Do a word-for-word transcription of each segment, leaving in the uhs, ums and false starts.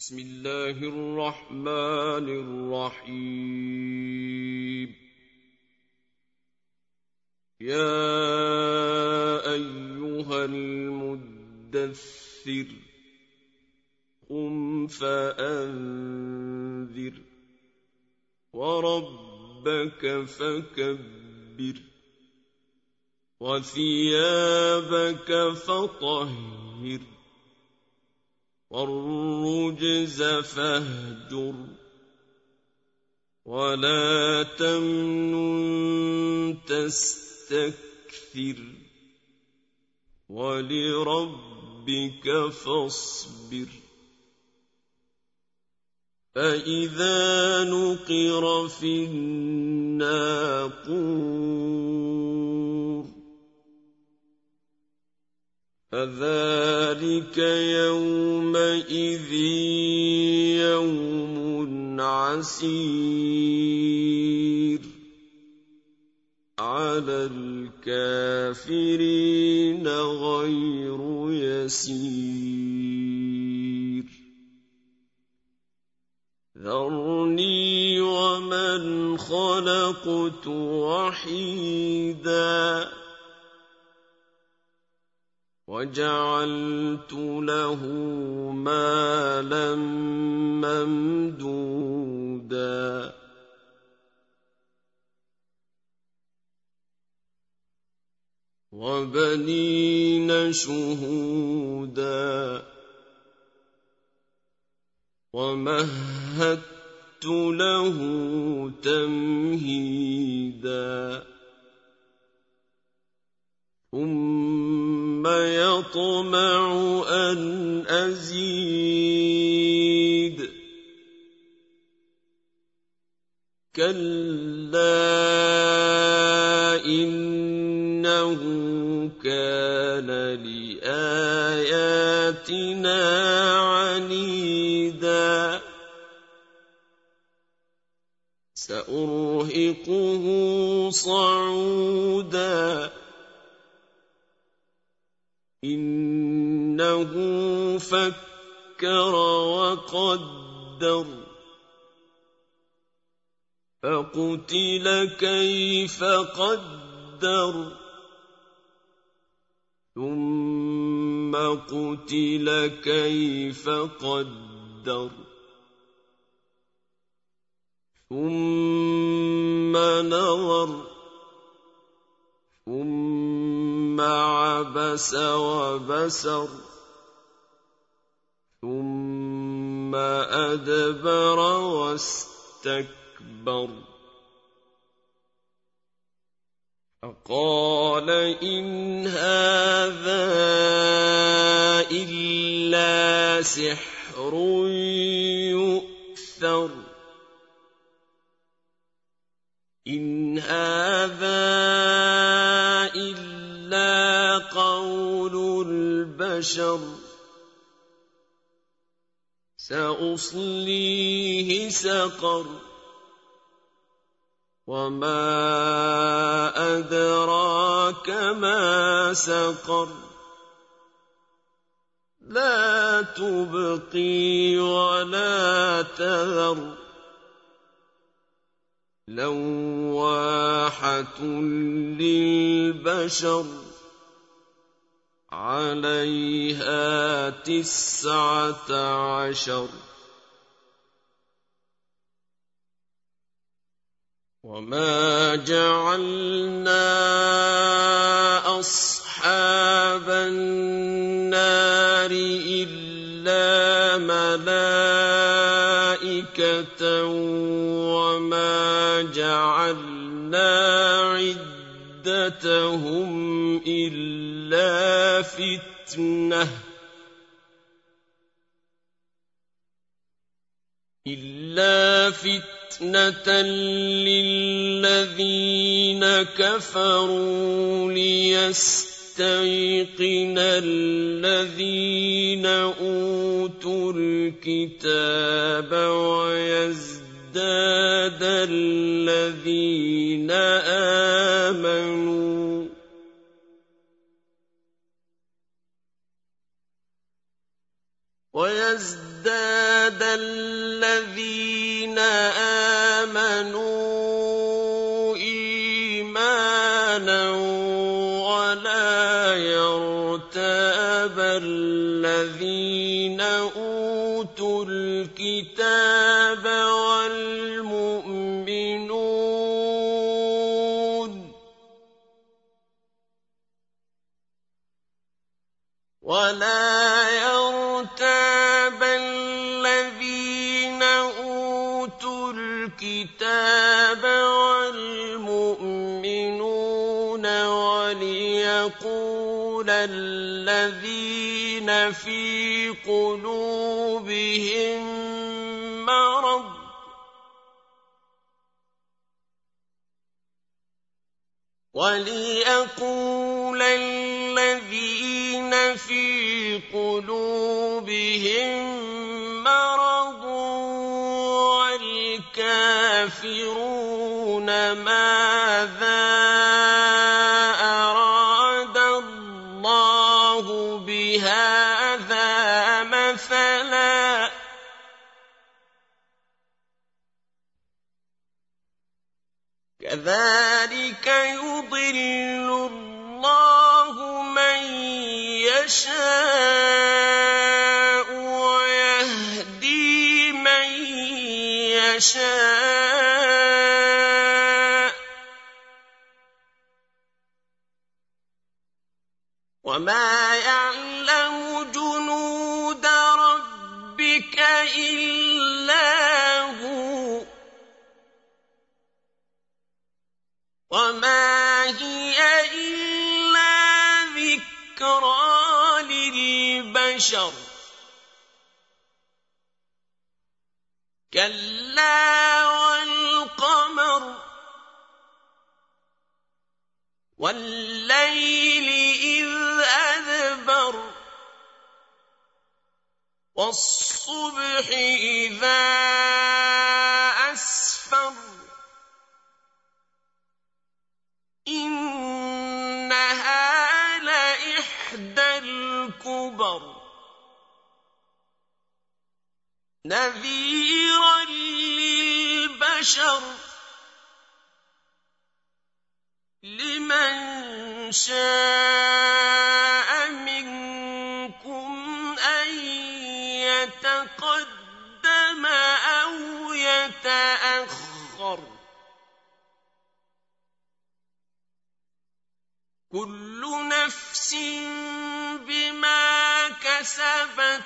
بسم الله الرحمن الرحيم. يا أيها المدثر قم فأنذر وربك فكبر وثيابك فطهر والرجز فاهجر ولا تمنن تستكثر ولربك فاصبر. فإذا نقر في الناقور فذلك يومئذ يوم عسير على الكافرين غير يسير. ذرني ومن خلقت وحيدا وجعلت له مالا ممدودا وبنين شهودا ومهدت له تمهيدا ثم يطمع أن أزيد كلا إنه كان لآياتنا عنيدا سأرهقه صعودا إنه فكر وقدر فقتل كيف قدر ثم قتل كيف قدر ثم نظر ثم عبس وبسر ثم أدبر واستكبر فقال إن هذا إلا سحر يؤثر إن هذا إلا قول البشر سأصليه سقر وما أدراك ما سقر لا تبقي ولا تذر لواحة للبشر عليها تسعة عشر وما جعلنا أصحاب النار إلا ملائكة وما جعلنا عدتهم إلا فتنة إلا فتنة للذين كفروا ليستيقن الذين أوتوا الكتاب ويزداد الذين آمنوا ويزداد الذين آمنوا إيمانا ولا يرتاب الذين أوتوا الكتاب والمؤمنون ولا يرتاب الذين أوتوا الكتاب والمؤمنون وليقول الذين في قلوبهم مرض وليقول الذين في قلوبهم مرض والكافرون ماذا أراد الله بهذا مثلا كذلك يضل الله من يشاء ويهدي من يشاء وما يعلم جنود ربك إلا هو وما هي إلا ذكرى للبشر كلا والقمر والليل إذ أدبر والصبح إذا أسفر إنها لإحدى الكبر نذيرا للبشر لمن شاء منكم أن يتقدم أو يتأخر كل نفس بما كسبت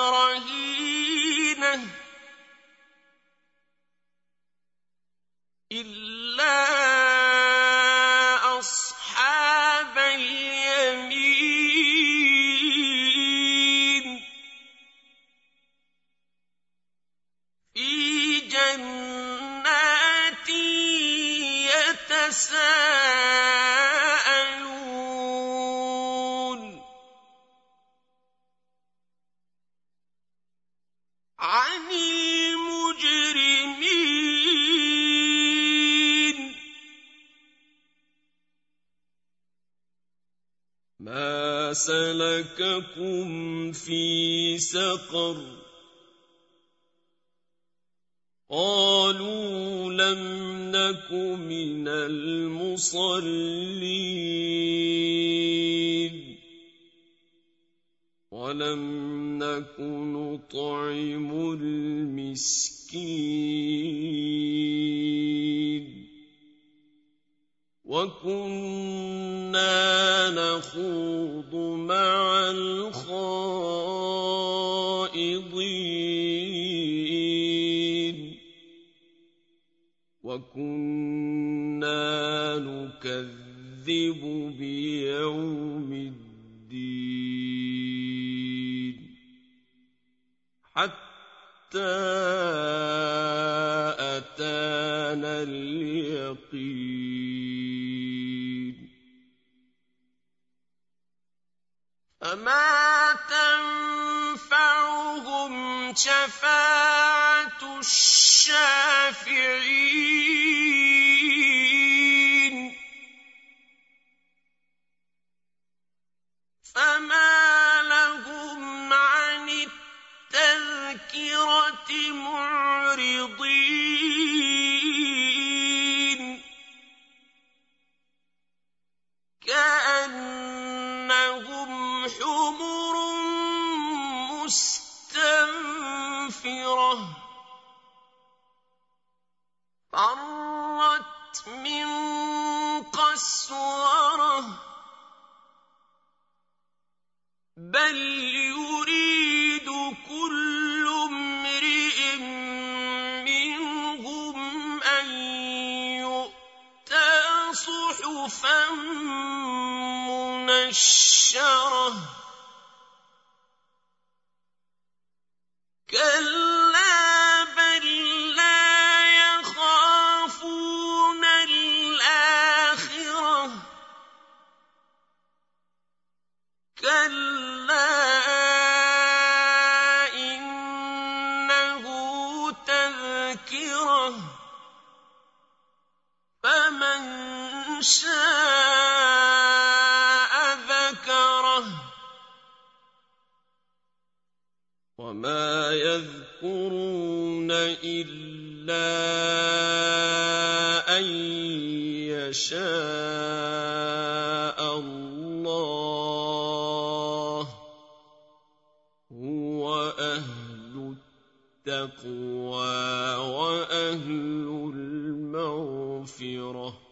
رهينة إلا أصحاب اليمين في جنات يتساءلون عن المجرمين ما سلككم في سقر قالوا لم نك من المصلين ولم نك نطعم المسكين وكنا نخوض مع الخائضين وكنا نكذب بيوم الدين حتى أتانا اليقين فما تنفعهم شفاعة الشافعين فما لهم عن معرضين كأنهم حمر مستنفرة فرت من قسورة بل يريد كل امرئ منهم أن يؤتى صحفا منشرة كلا بل لا يخافون الآخرة كلا إنه تذكرة فمن شاء ذكره وما يذكرون إلا أن يشاء الله هو أهل التقوى وأهل المغفرة